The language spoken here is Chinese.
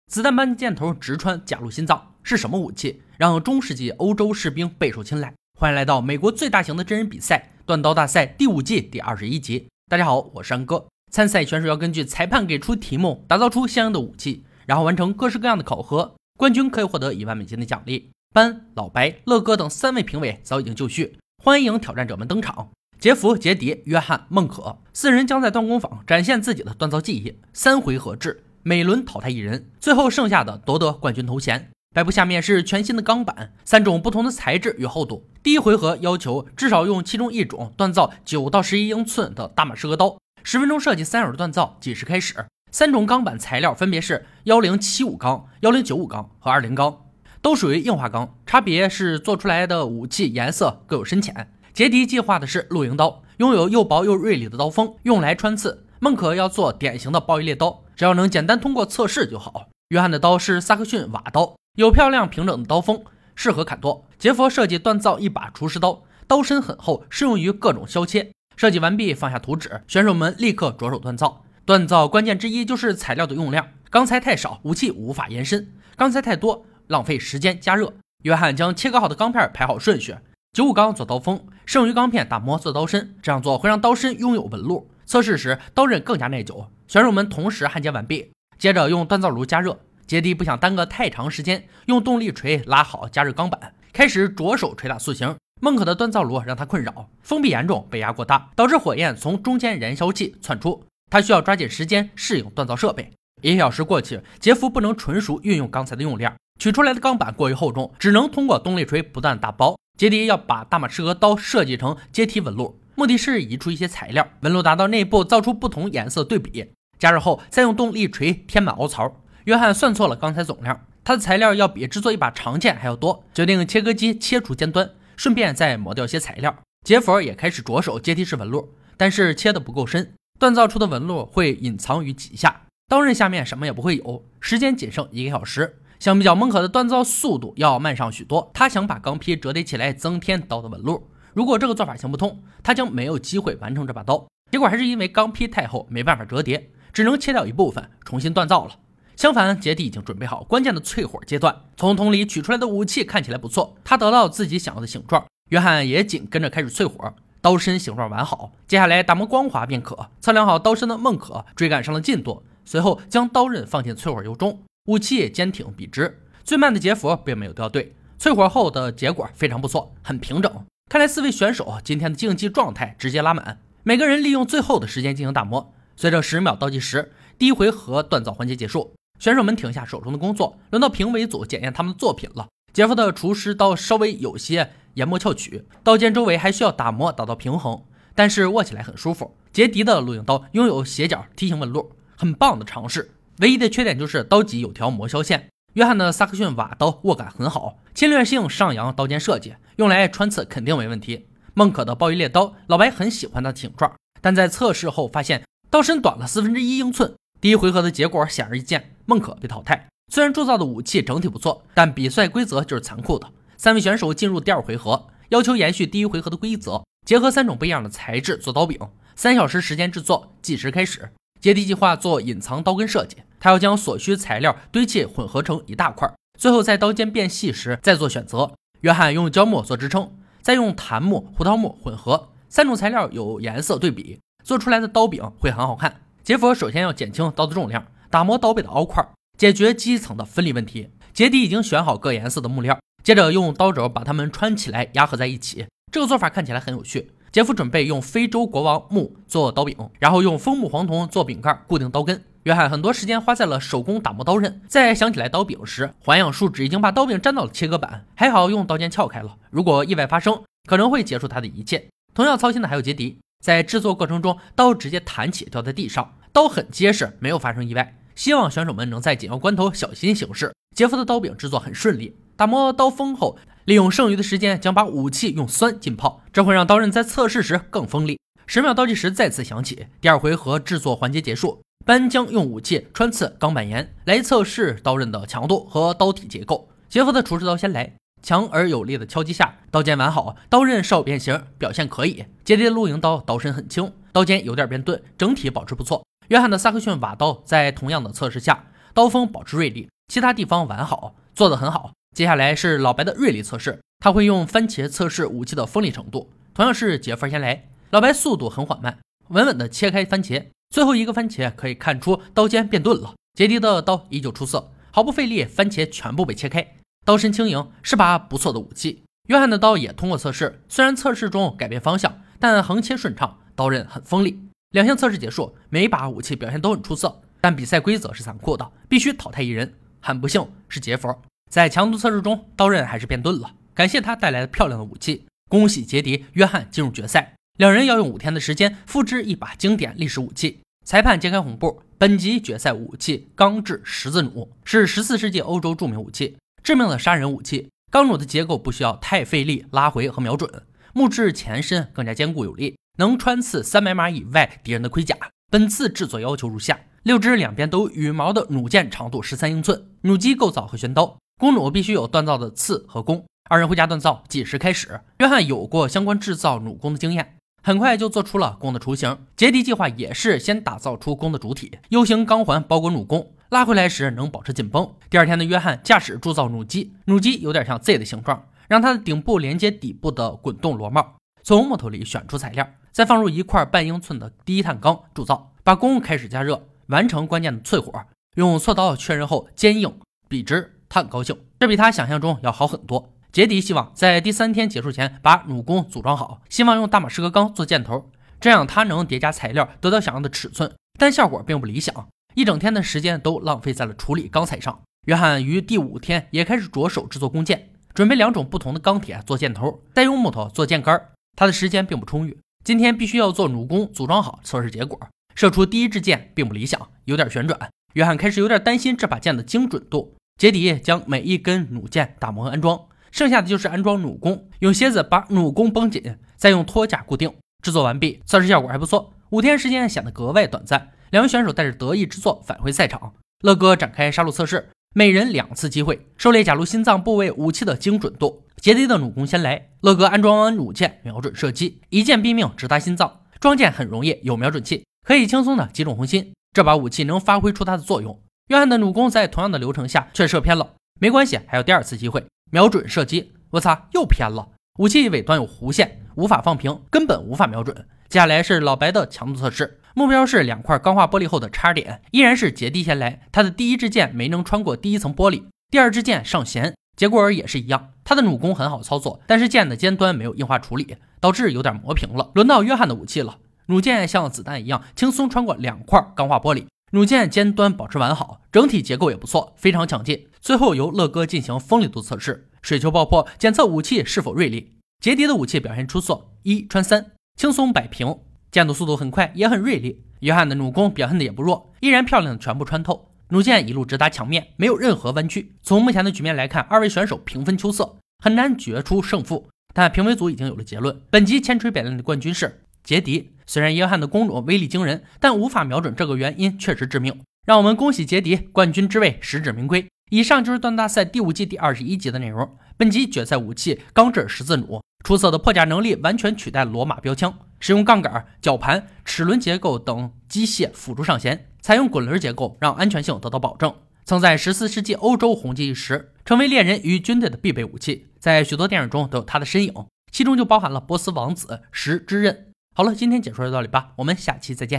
子弹般箭头直穿甲路心脏，是什么武器让中世纪欧洲士兵备受青睐？欢迎来到美国最大型的真人比赛断刀大赛第5季第21集。大家好，我是安哥。参赛选手要根据裁判给出题目，打造出相应的武器，然后完成各式各样的考核。冠军可以获得1万美金的奖励。班、老白、乐哥等3位评委早已经就绪，欢迎挑战者们登场。杰弗、杰迪、约翰、孟可4人将在锻工坊展现自己的锻造技艺，3回合制，每轮淘汰1人，最后剩下的夺得冠军头衔。摆布下面是全新的钢板，3种不同的材质与厚度。第一回合要求至少用其中一种锻造9到11英寸的大马士革刀，10分钟设计3小时锻造，计时开始。3种钢板材料分别是1075钢、1095钢和20钢，都属于硬化钢，差别是做出来的武器颜色各有深浅。杰迪计划的是露营刀，拥有又薄又锐利的刀锋，用来穿刺。孟可要做典型的暴力猎刀，只要能简单通过测试就好。约翰的刀是萨克逊瓦刀，有漂亮平整的刀锋，适合砍剁。杰佛设计锻造一把厨师刀，刀身很厚，适用于各种削切。设计完毕，放下图纸，选手们立刻着手锻造。锻造关键之一就是材料的用量，钢材太少，武器无法延伸；钢材太多，浪费时间加热。约翰将切割好的钢片排好顺序，95钢做刀锋，剩余钢片打磨做刀身，这样做会让刀身拥有纹路，测试时刀刃更加耐久。选手们同时焊接完毕，接着用锻造炉加热。杰迪不想耽搁太长时间，用动力锤拉好加热钢板，开始着手捶打塑形。孟可的锻造炉让他困扰，封闭严重，背压过大，导致火焰从中间燃烧器窜出，他需要抓紧时间适应锻造设备。1个小时过去，杰夫不能纯熟运用钢材的用量，取出来的钢板过于厚重，只能通过动力锤不断打包。杰迪要把大马士革刀设计成阶梯纹路，目的是移出一些材料，纹路达到内部造出不同颜色对比，加热后再用动力锤填满凹槽。约翰算错了钢材总量，他的材料要比制作一把长剑还要多，决定切割机切除尖端，顺便再磨掉些材料。杰佛也开始着手阶梯式纹路，但是切得不够深，锻造出的纹路会隐藏于几下，刀刃下面什么也不会有。时间仅剩1个小时，相比较孟可的锻造速度要慢上许多。他想把钢坯折叠起来增添刀的纹路，如果这个做法行不通，他将没有机会完成这把刀。结果还是因为钢坯太厚没办法折叠，只能切掉一部分重新锻造了。相反，杰迪已经准备好关键的淬火阶段，从桶里取出来的武器看起来不错，他得到自己想要的形状。约翰也紧跟着开始淬火，刀身形状完好，接下来打磨光滑便可。测量好刀身的孟可追赶上了进度，随后将刀刃放进淬火油中，武器坚挺笔直。最慢的杰佛并没有掉队，淬火后的结果非常不错，很平整。看来4位选手今天的竞技状态直接拉满，每个人利用最后的时间进行打磨。随着10秒倒计时，第1回合锻造环节结束，选手们停下手中的工作，轮到评委组检验他们的作品了。杰夫的厨师刀稍微有些研磨翘曲，刀尖周围还需要打磨达到平衡，但是握起来很舒服。杰迪的露营刀拥有斜角梯形纹路，很棒的尝试，唯一的缺点就是刀脊有条磨削线。约翰的萨克逊瓦刀握感很好，侵略性上扬刀尖设计，用来穿刺肯定没问题。孟可的暴力猎刀，老白很喜欢它的形状，但在测试后发现刀身短了1/4英寸。第1回合的结果显而易见，孟可被淘汰。虽然铸造的武器整体不错，但比赛规则就是残酷的。3位选手进入第2回合，要求延续第1回合的规则，结合3种不一样的材质做刀柄，3小时时间制作，计时开始。杰迪计划做隐藏刀根设计，他要将所需材料堆砌混合成一大块，最后在刀尖变细时再做选择。约翰用胶木做支撑，再用檀木、胡桃木混合，3种材料有颜色对比，做出来的刀柄会很好看。杰佛首先要减轻刀的重量，打磨刀背的凹块，解决基层的分离问题。杰迪已经选好各颜色的木料，接着用刀轴把它们穿起来压合在一起，这个做法看起来很有趣。杰夫准备用非洲国王木做刀柄，然后用枫木黄铜做柄盖固定刀根。约翰很多时间花在了手工打磨刀刃，在想起来刀柄时，环氧树脂已经把刀柄粘到了切割板，还好用刀尖撬开了，如果意外发生，可能会结束他的一切。同样操心的还有杰迪，在制作过程中，刀直接弹起掉在地上，刀很结实，没有发生意外。希望选手们能在紧要关头小心行事。杰夫的刀柄制作很顺利，打磨刀锋后，利用剩余的时间将把武器用酸浸泡，这会让刀刃在测试时更锋利。10秒倒计时再次响起，第2回合制作环节结束。班将用武器穿刺钢板岩来测试刀刃的强度和刀体结构。杰夫的厨师刀先来，强而有力的敲击下，刀尖完好，刀刃稍有变形，表现可以。杰迪的露营刀刀身很轻，刀尖有点变钝，整体保持不错。约翰的萨克逊瓦刀在同样的测试下，刀锋保持锐利， 其他地方完好，做得很好。接下来是老白的锐利测试，他会用番茄测试武器的锋利程度。同样是结分先来，老白速度很缓慢，稳稳地切开番茄，最后一个番茄可以看出刀尖变钝了。杰迪的刀依旧出色，毫不费力，番茄全部被切开，刀身轻盈，是把不错的武器。约翰的刀也通过测试，虽然测试中改变方向，但横切顺畅，刀刃很锋利。两项测试结束，每把武器表现都很出色，但比赛规则是残酷的，必须淘汰一人。很不幸是杰佛，在强度测试中，刀刃还是变钝了。感谢他带来的漂亮的武器，恭喜杰迪、约翰进入决赛。两人要用5天的时间复制一把经典历史武器。裁判揭开红布，本集决赛武器钢制十字弩，是14世纪欧洲著名武器，致命的杀人武器。钢弩的结构不需要太费力拉回和瞄准，木质前身更加坚固有力，能穿刺300码以外敌人的盔甲。本次制作要求如下：6支两边都有羽毛的弩箭，长度13英寸，弩机构造和旋刀，弓弩必须有锻造的刺和弓。二人回家锻造，计时开始。约翰有过相关制造弩弓的经验，很快就做出了弓的雏形。杰迪计划也是先打造出弓的主体，U 型钢环包裹弩弓，拉回来时能保持紧绷。第二天的约翰驾驶铸造弩机，弩机有点像 Z 的形状，让它的顶部连接底部的滚动螺帽。从木头里选出材料，再放入1块半英寸的低碳钢铸造，把弓开始加热，完成关键的淬火。用锉刀确认后，坚硬笔直，他很高兴，这比他想象中要好很多。杰迪希望在第3天结束前把弩弓组装好，希望用大马士革钢做箭头，这样他能叠加材料得到想要的尺寸，但效果并不理想。一整天的时间都浪费在了处理钢材上。约翰于第5天也开始着手制作弓箭，准备2种不同的钢铁做箭头，再用木头做箭杆。他的时间并不充裕，今天必须要做弩弓组装好。测试结果，射出第1支箭并不理想，有点旋转。约翰开始有点担心这把剑的精准度。杰迪将每一根弩箭打磨和安装，剩下的就是安装弩弓，用楔子把弩弓绷紧，再用托架固定。制作完毕，测试效果还不错。5天时间显得格外短暂，两位选手带着得意之作返回赛场。乐哥展开杀戮测试，每人2次机会，狩猎假如心脏部位武器的精准度。杰迪的弩弓先来，乐哥安装完弩箭，瞄准射击，一箭毙命，直达心脏。装箭很容易，有瞄准器，可以轻松的击中红心，这把武器能发挥出它的作用。约翰的弩弓在同样的流程下却射偏了，没关系，还有第2次机会，瞄准射击。我擦，又偏了，武器尾端有弧线，无法放平，根本无法瞄准。接下来是老白的强度测试，目标是2块钢化玻璃后的插点，依然是杰迪先来，他的第1支箭没能穿过第1层玻璃，第2支箭上弦，结果也是一样。他的弩弓很好操作，但是箭的尖端没有硬化处理，导致有点磨平了。轮到约翰的武器了，弩箭像子弹一样轻松穿过2块钢化玻璃，弩箭尖端保持完好，整体结构也不错，非常强劲。最后由乐哥进行锋利度测试，水球爆破检测武器是否锐利。杰迪的武器表现出色，1穿3，轻松摆平，箭度速度很快，也很锐利。约翰的弩弓表现的也不弱，依然漂亮的全部穿透，弩箭一路直达墙面，没有任何弯曲。从目前的局面来看，2位选手平分秋色，很难决出胜负，但评委组已经有了结论，本集千锤百炼的冠军是杰迪。虽然约翰的弓弩威力惊人，但无法瞄准这个原因确实致命。让我们恭喜杰迪，冠军之位实至名归。以上就是锻大赛第5季第21集的内容。本集决赛武器钢制十字弩，出色的破甲能力完全取代罗马标枪，使用杠杆、绞盘、齿轮结构等机械辅助上弦，采用滚轮结构，让安全性得到保证。曾在14世纪欧洲红极一时，成为猎人与军队的必备武器，在许多电影中都有他的身影，其中就包含了波斯王子石之刃。好了，今天解说就到这里吧，我们下期再见。